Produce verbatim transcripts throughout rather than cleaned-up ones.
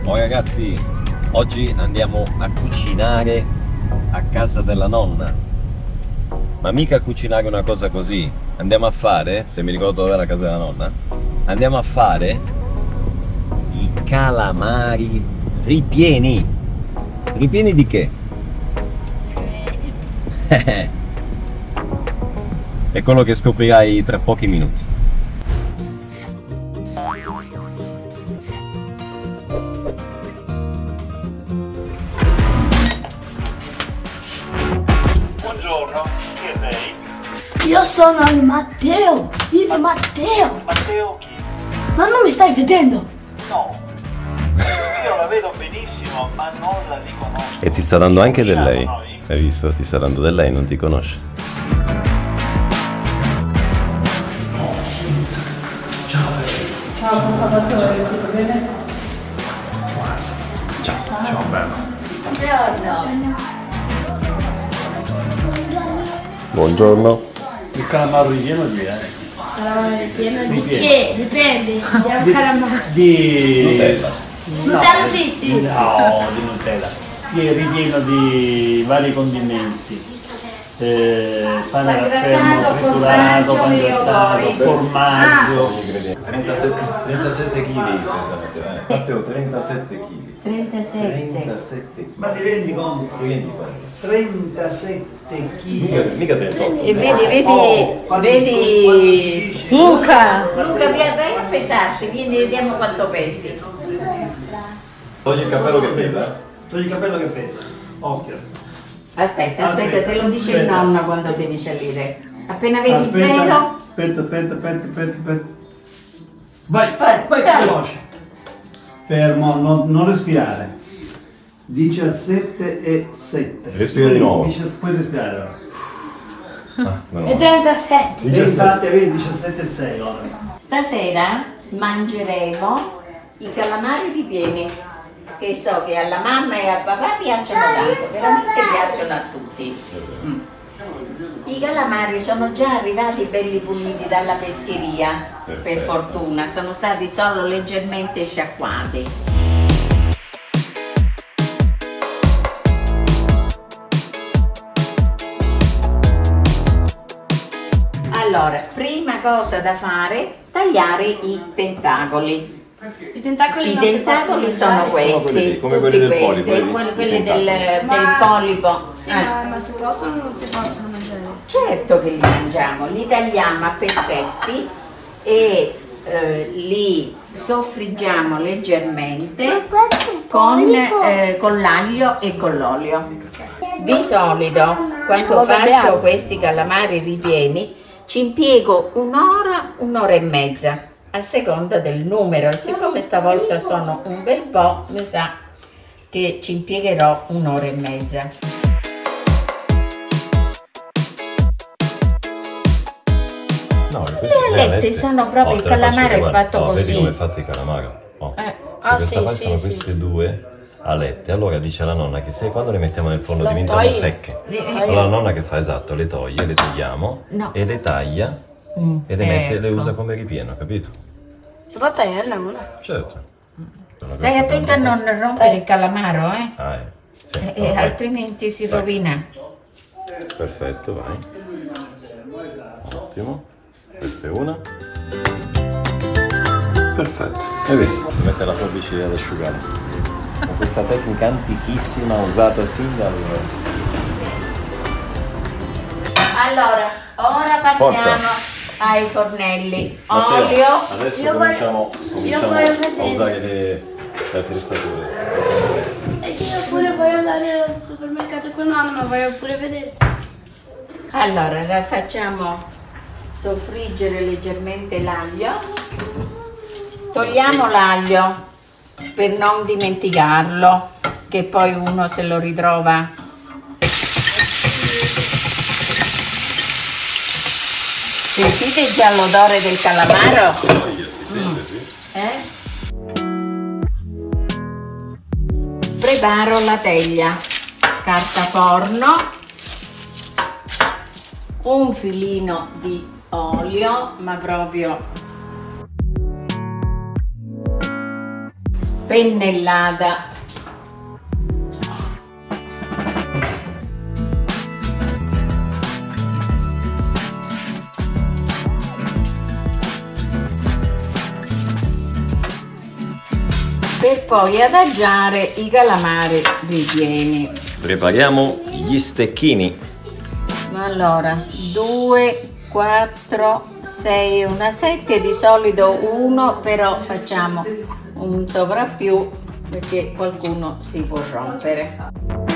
Oh ragazzi, oggi andiamo a cucinare a casa della nonna. Ma mica a cucinare una cosa così. Andiamo a fare, se mi ricordo dove è la casa della nonna, andiamo a fare i calamari ripieni. Ripieni di che? È quello che scoprirai tra pochi minuti. Buongiorno, chi sei? Io sono il Matteo, il Ma- Matteo. Matteo chi? Ma non mi stai vedendo? No, io la vedo benissimo, ma non la riconosco. E ti sta dando anche del Siamo lei. noi? Hai visto? Ti sta dando del lei, non ti conosce. Ciao, sono Salvatore, tutto bene? Ciao, bello. Buongiorno. Il calamaro ripieno di eh? Pieno di che? Dipende, andiamo a caramare. Di... Nutella. Nutella sì, sì. No, di Nutella. Di ripieno di vari condimenti. Eh, pane raffermo, triturato, pane grattato, formaggio. trentasette, trentasette chili pesate, eh. Matteo, trentasette chili. trentasette. trentasette chili. Ma ti rendi conto? Ti rendi conto? trentasette Mica, chili. mica te tocco. E vedi, vedi, Oh, quando- quando si vedi dice- Luca! Luca, vai vai a pesarti, vieni vediamo quanto pesi. Togli il cappello che pesa? Togli il cappello che pesa. Occhio. Aspetta, aspetta, te lo dice il Aspetta. nonno quando devi salire. Appena vedi Aspetta, zero, Aspetta, aspetta, aspetta, aspetta, aspetta. Vai, Vai, vai, sali. veloce. Fermo, non, non respirare. diciassette e sette. Respira di nuovo. Dici- Puoi respirare ora. Ah, meno E male. trentasette. E infatti avevi diciassette e sei ora. stasera mangeremo i calamari ripieni, che so che alla mamma e al papà piacciono tanto, veramente piacciono a tutti. Mm. I calamari sono già arrivati belli puliti dalla pescheria, per Perfetto. fortuna, sono stati solo leggermente sciacquati. Allora, prima cosa da fare, tagliare i tentacoli. I tentacoli I non si tentacoli possono sono mangiare. questi, quelli- come tutti quelli del questi, polipo, i- quelli, i quelli del, tentacoli. del Ma- polipo. Sì, Eh, ma, ma si possono o non si possono mangiare? certo che li mangiamo, li tagliamo a pezzetti e eh, li soffriggiamo leggermente con, eh, con l'aglio e con l'olio. Di solito quando Lo beviamo. faccio questi calamari ripieni ci impiego un'ora, un'ora e mezza a seconda del numero, e siccome stavolta sono un bel po', mi sa che ci impiegherò un'ora e mezza. No, questi Le le alette sono proprio il te le faccio calamaro è provare. fatto Oh, così. Vedi come è fatto il calamaro? Oh. Eh. Su Ah, questa sì, parte sì, sono sì. queste due alette. Allora dice la nonna che se quando le mettiamo nel forno Le diventano togli? secche. Le- Allora la nonna che fa esatto, le toglie, le togliamo No. e le taglia Mm, e le mette, le ecco. usa come ripieno, capito? Si può tagliarla una? Certo. Sono Stai queste attento a tante non rompere il calamaro, eh? cose. Ah, eh. Sì. Eh, No, eh, vai. altrimenti si Dai. rovina. Perfetto, vai. Ottimo. Questa è una. Perfetto. Hai visto? Mette la forbice ad asciugare. Con questa tecnica antichissima usata sin dal... Allora, ora passiamo Forza. ai fornelli. Matteo, Olio. adesso Io voglio- cominciamo, io cominciamo voglio a vedere. usare le, le attrezzature. E io pure voglio andare al supermercato con nonno, ma voglio pure vedere. Allora, la facciamo soffriggere leggermente l'aglio. Togliamo l'aglio per non dimenticarlo, che poi uno se lo ritrova. Sentite già l'odore del calamaro? Si sente, sì. Eh? Preparo la teglia, carta forno, un filino di olio, ma proprio spennellata. Per poi adagiare i calamari ripieni. Prepariamo gli stecchini. Allora, due, quattro, sei, una sette, di solito uno, però facciamo un sovrappiù perché qualcuno si può rompere.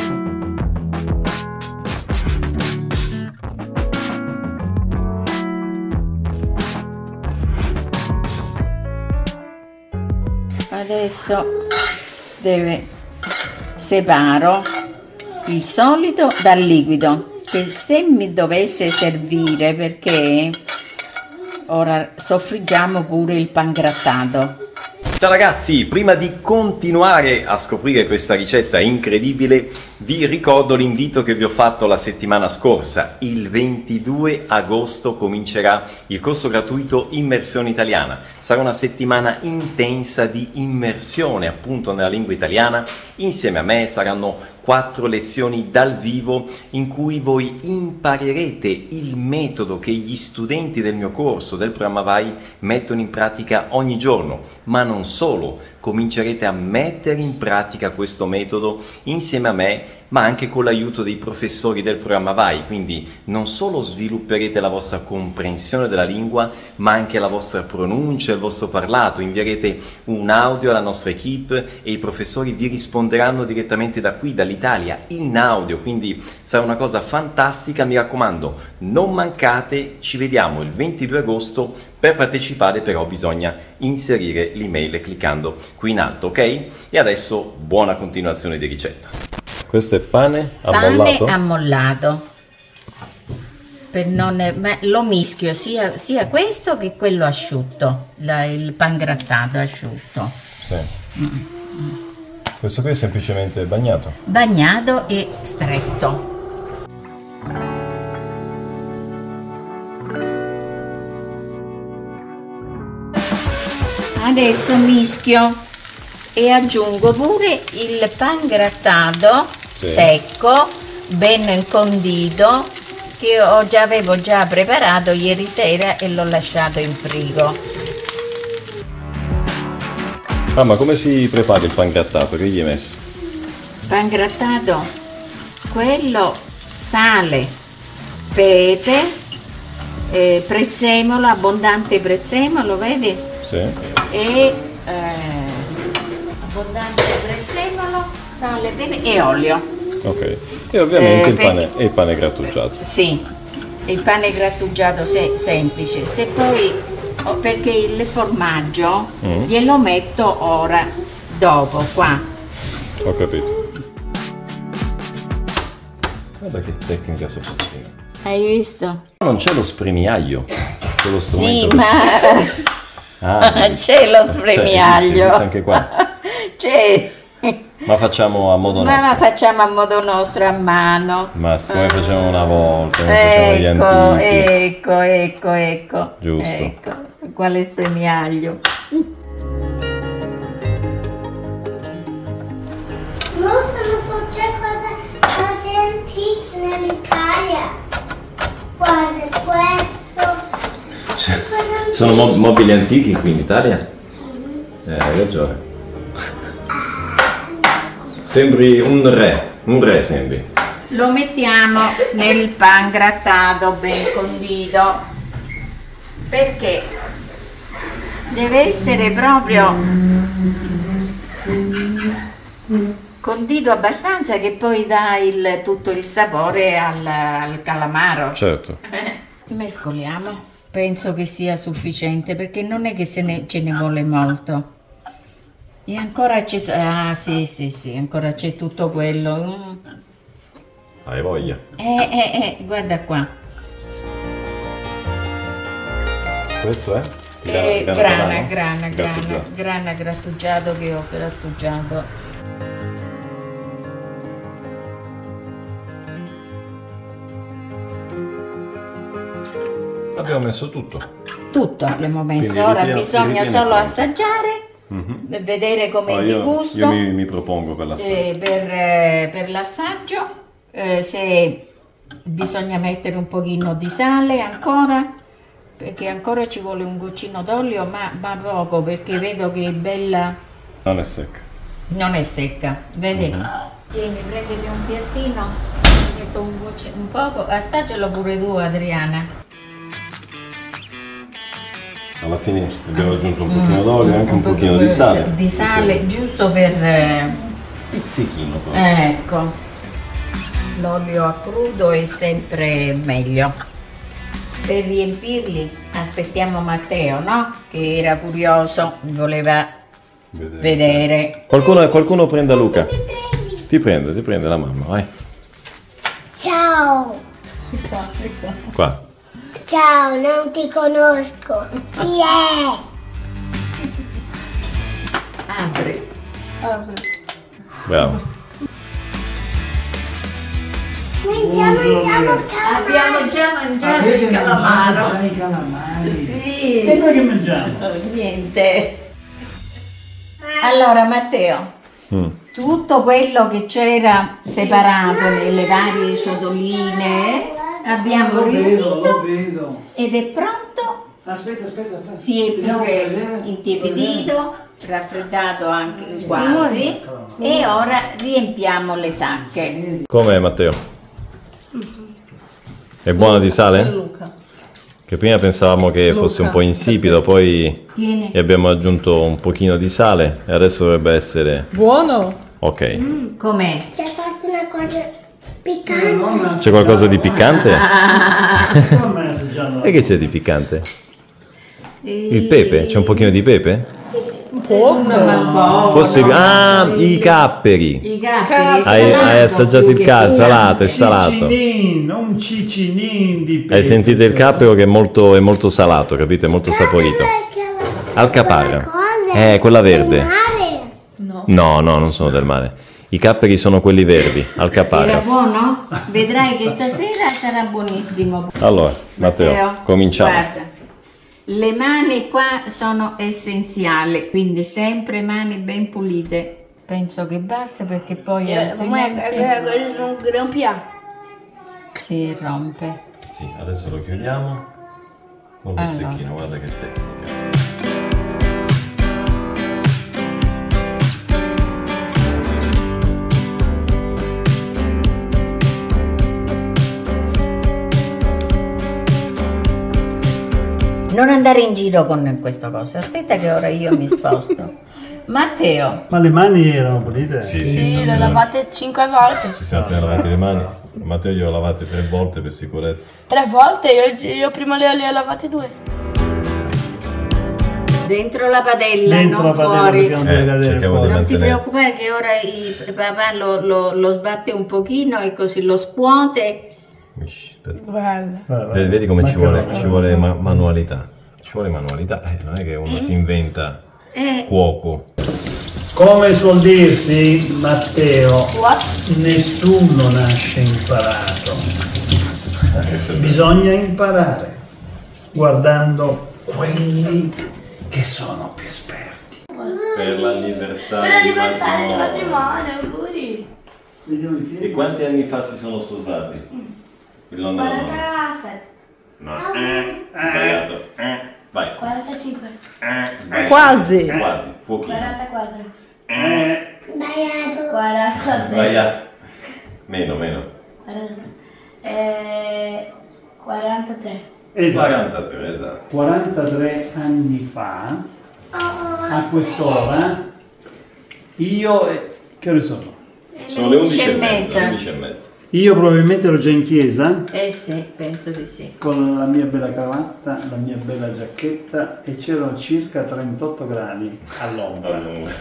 Adesso deve separo il solido dal liquido, che se mi dovesse servire, perché ora soffriggiamo pure il pangrattato. Ciao ragazzi, prima di continuare a scoprire questa ricetta incredibile, vi ricordo l'invito che vi ho fatto la settimana scorsa. Il ventidue agosto comincerà il corso gratuito Immersione Italiana. Sarà una settimana intensa di immersione appunto nella lingua italiana. Insieme a me saranno quattro lezioni dal vivo in cui voi imparerete il metodo che gli studenti del mio corso, del programma Vai, mettono in pratica ogni giorno. Ma non solo, comincerete a mettere in pratica questo metodo insieme a me, ma anche con l'aiuto dei professori del programma Vai. Quindi non solo svilupperete la vostra comprensione della lingua, ma anche la vostra pronuncia, il vostro parlato. Invierete un audio alla nostra equipe e i professori vi risponderanno direttamente da qui, dall'Italia, in audio. Quindi sarà una cosa fantastica, mi raccomando, non mancate, ci vediamo il ventidue agosto. Per partecipare però bisogna inserire l'email cliccando qui in alto, ok? E adesso buona continuazione di ricetta. Questo è pane ammollato? Pane ammollato. Per non, ma lo mischio sia, sia questo che quello asciutto, la, il pangrattato asciutto. Sì. Mm. Questo qui è semplicemente bagnato? Bagnato e stretto. Adesso mischio e aggiungo pure il pangrattato, sì, secco, ben condito, che ho già, avevo già preparato ieri sera e l'ho lasciato in frigo. Ah, ma come si prepara il pangrattato? Che gli hai messo? Pangrattato, quello, sale, pepe, eh, prezzemolo, abbondante prezzemolo, vedi? Sì. E eh, abbondante prezzemolo, sale, pepe e olio. Ok. E ovviamente Eh, il, per- pane, e il pane grattugiato. Sì, il pane grattugiato se- semplice. Se poi, oh, perché il formaggio Mm. glielo metto ora, dopo, qua. Ho capito. Guarda che tecnica sofisticata. Hai visto? Non c'è lo spremiaglio. C'è lo Sì, strumento. ma Ah, dici- c'è lo Cioè, esiste, spremiaglio. esiste anche qua. C'è. Ma facciamo a modo Ma la nostro. facciamo a modo nostro, a mano. Ma come facevamo una volta, come Ecco, facevano gli antichi. ecco, ecco, ecco. Giusto. Ecco, quale spremiaglio. Mostrano so c'è cose, cose antiche nell'Italia. Guarda questo. Cose Sono mo- antiche. mobili antichi qui in Italia? Eh, hai ragione. Sembri un re, un re sembri. Lo mettiamo nel pangrattato ben condito, perché deve essere proprio condito abbastanza che poi dà il, tutto il sapore al, al calamaro. Certo. Mescoliamo, penso che sia sufficiente perché non è che se ne, ce ne vuole molto. E ancora c'è, ah sì sì sì, ancora c'è tutto quello. Mm. Hai voglia. Eh, eh, eh, guarda qua. Questo è? Eh, Grana, grana, grana, grana, grana, Grattugiato. grana grattugiato che ho grattugiato. Abbiamo messo tutto. Tutto abbiamo messo, Quindi ora ripieno- bisogna ripieno solo pronto. assaggiare per vedere come Oh, è di io gusto. io mi, mi propongo per l'assaggio. Eh, per, eh, per l'assaggio, eh, se bisogna mettere un pochino di sale ancora, perché ancora ci vuole un goccino d'olio, ma, ma poco, perché vedo che è bella, Non è secca. non è secca, vedi? Tieni, prenditi un piattino, ti metto un, gocci- un poco, assaggialo pure tu Adriana. Alla fine abbiamo aggiunto un pochino d'olio e anche un pochino di sale. Di sale, giusto per... eh, Pizzichino però. ecco, l'olio a crudo è sempre meglio. Per riempirli aspettiamo Matteo, no? Che era curioso, voleva Vedere. vedere. Qualcuno, qualcuno prenda Luca. Ti prende, ti prende la mamma, vai. Ciao! Qua. Ciao, non ti conosco. Chi è? Apri. Bravo. Mangiamo, mangiamo, Abbiamo già mangiato il calamaro. i calamari. Sì. E noi che mangiamo? Niente. Allora Matteo, Mm. tutto quello che c'era separato nelle varie ciotoline abbiamo riunito vedo. ed è pronto. Aspetta, aspetta, aspetta. Si è Vediamo pure vedere. intiepidito, raffreddato anche quasi e ora riempiamo le sacche. Com'è Matteo? È buona di sale? Che prima pensavamo che fosse un po' insipido, poi Tieni. gli abbiamo aggiunto un pochino di sale e adesso dovrebbe essere Buono! ok. Com'è? C'è qualcuna cosa piccante? C'è qualcosa di piccante? Come assaggiando? E che c'è di piccante? Il pepe? C'è un pochino di pepe? Poco! Forse... Ah, i capperi! I capperi. Hai, salato hai assaggiato più il che cappero, piccante. salato, è salato. Cicinin, un cicinin di pepe. Hai sentito il cappero che è molto, è molto salato, capito? È molto saporito. Alcaparra. Eh, quella verde. Mare. No, no, non sono del mare. I capperi sono quelli verdi, Era alcaparras. buono? Vedrai che stasera sarà buonissimo. Allora, Matteo, cominciamo. Guarda, le mani qua sono essenziali, quindi sempre mani ben pulite. Penso che basta perché poi altrimenti un gran piano. si rompe. Sì, adesso lo chiudiamo con lo Allora. stecchino, guarda che tecnica. Non andare in giro con questa cosa. Aspetta che ora io mi sposto. Matteo, Ma le mani erano pulite? Sì, Sì, le lavate cinque volte. Ci siamo appena lavati le mani. Matteo glielo lavate tre volte per sicurezza. Tre volte? Io, io prima le, le ho lavate due. dentro la padella, Dentro non la padella fuori. perché non deve Eh, cadere cerchiamo fuori. di Non ti mantenere. preoccupare che ora il papà lo, lo- lo sbatte un pochino e così lo scuote. Shh, aspetta. Guarda. Vai, vai. Vedi, vedi come ci Mancano- vuole, ci vuole ma- manualità. Ci vuole manualità. Eh, non è che uno si inventa Eh, cuoco. Come suol dirsi, Matteo, What? nessuno nasce imparato. Bisogna imparare guardando quelli che sono più esperti. Per l'anniversario, Per l'anniversario di matrimonio, auguri. E quanti anni fa si sono sposati? Il nonno e la nonna? quarantasette. No. Eh, sbagliato. Eh, vai. quarantacinque. Eh, sbagliato. Quasi. Quasi. Fuochino. quarantaquattro. Eh, Sbagliato. quarantasei. sbagliato. Meno, meno. quaranta. Eh, quarantatré. Esatto. quarantatré, esatto. quarantatré anni fa, a quest'ora, io e... che ore sono? Sono le undici e mezza. le undici e mezza. Io probabilmente ero già in chiesa, eh sì, penso di sì. con la mia bella cravatta, la mia bella giacchetta e c'erano circa trentotto gradi all'ombra,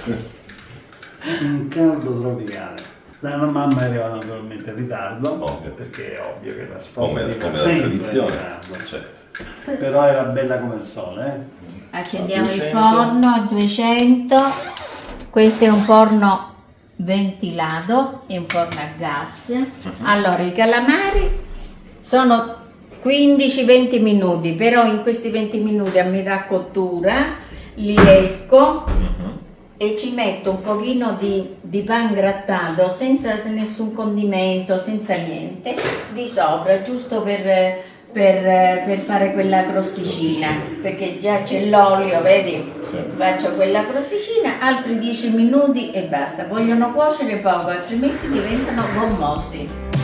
un caldo tropicale. La mamma arriva naturalmente in ritardo, Ovvio. perché è ovvio che la sposa Come, arriva come la sempre in tradizione. ritardo. Certo. Però era bella come il sole, eh? Accendiamo il duecento. forno a duecento. Questo è un forno ventilato, è un forno a gas. Allora, i calamari sono quindici venti minuti, però in questi venti minuti a metà cottura li esco e ci metto un pochino di, di pan grattato senza nessun condimento, senza niente, di sopra, giusto per, per, per fare quella crosticina, perché già c'è l'olio, vedi? Sì. Faccio quella crosticina, altri dieci minuti e basta. Vogliono cuocere poco, altrimenti diventano gommosi.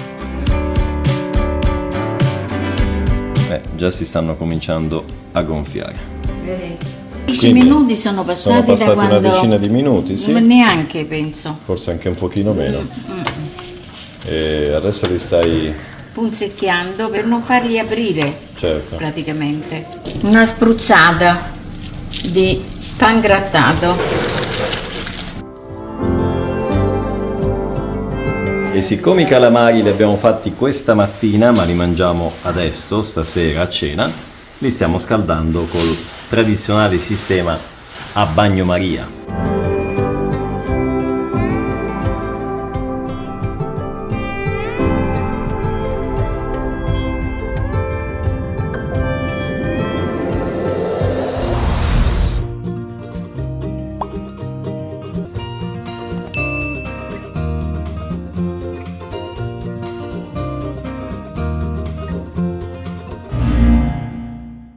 Eh, già si stanno cominciando a gonfiare. Vedi? dieci Quindi, minuti sono passati, sono passati da quando... una decina di minuti, sì. Ma neanche, penso. Forse anche un pochino meno. E adesso li stai... Punzecchiando per non farli aprire, Certo. praticamente. Una spruzzata di pan grattato. E siccome i calamari li abbiamo fatti questa mattina, ma li mangiamo adesso, stasera a cena, li stiamo scaldando col tradizionale sistema a bagnomaria.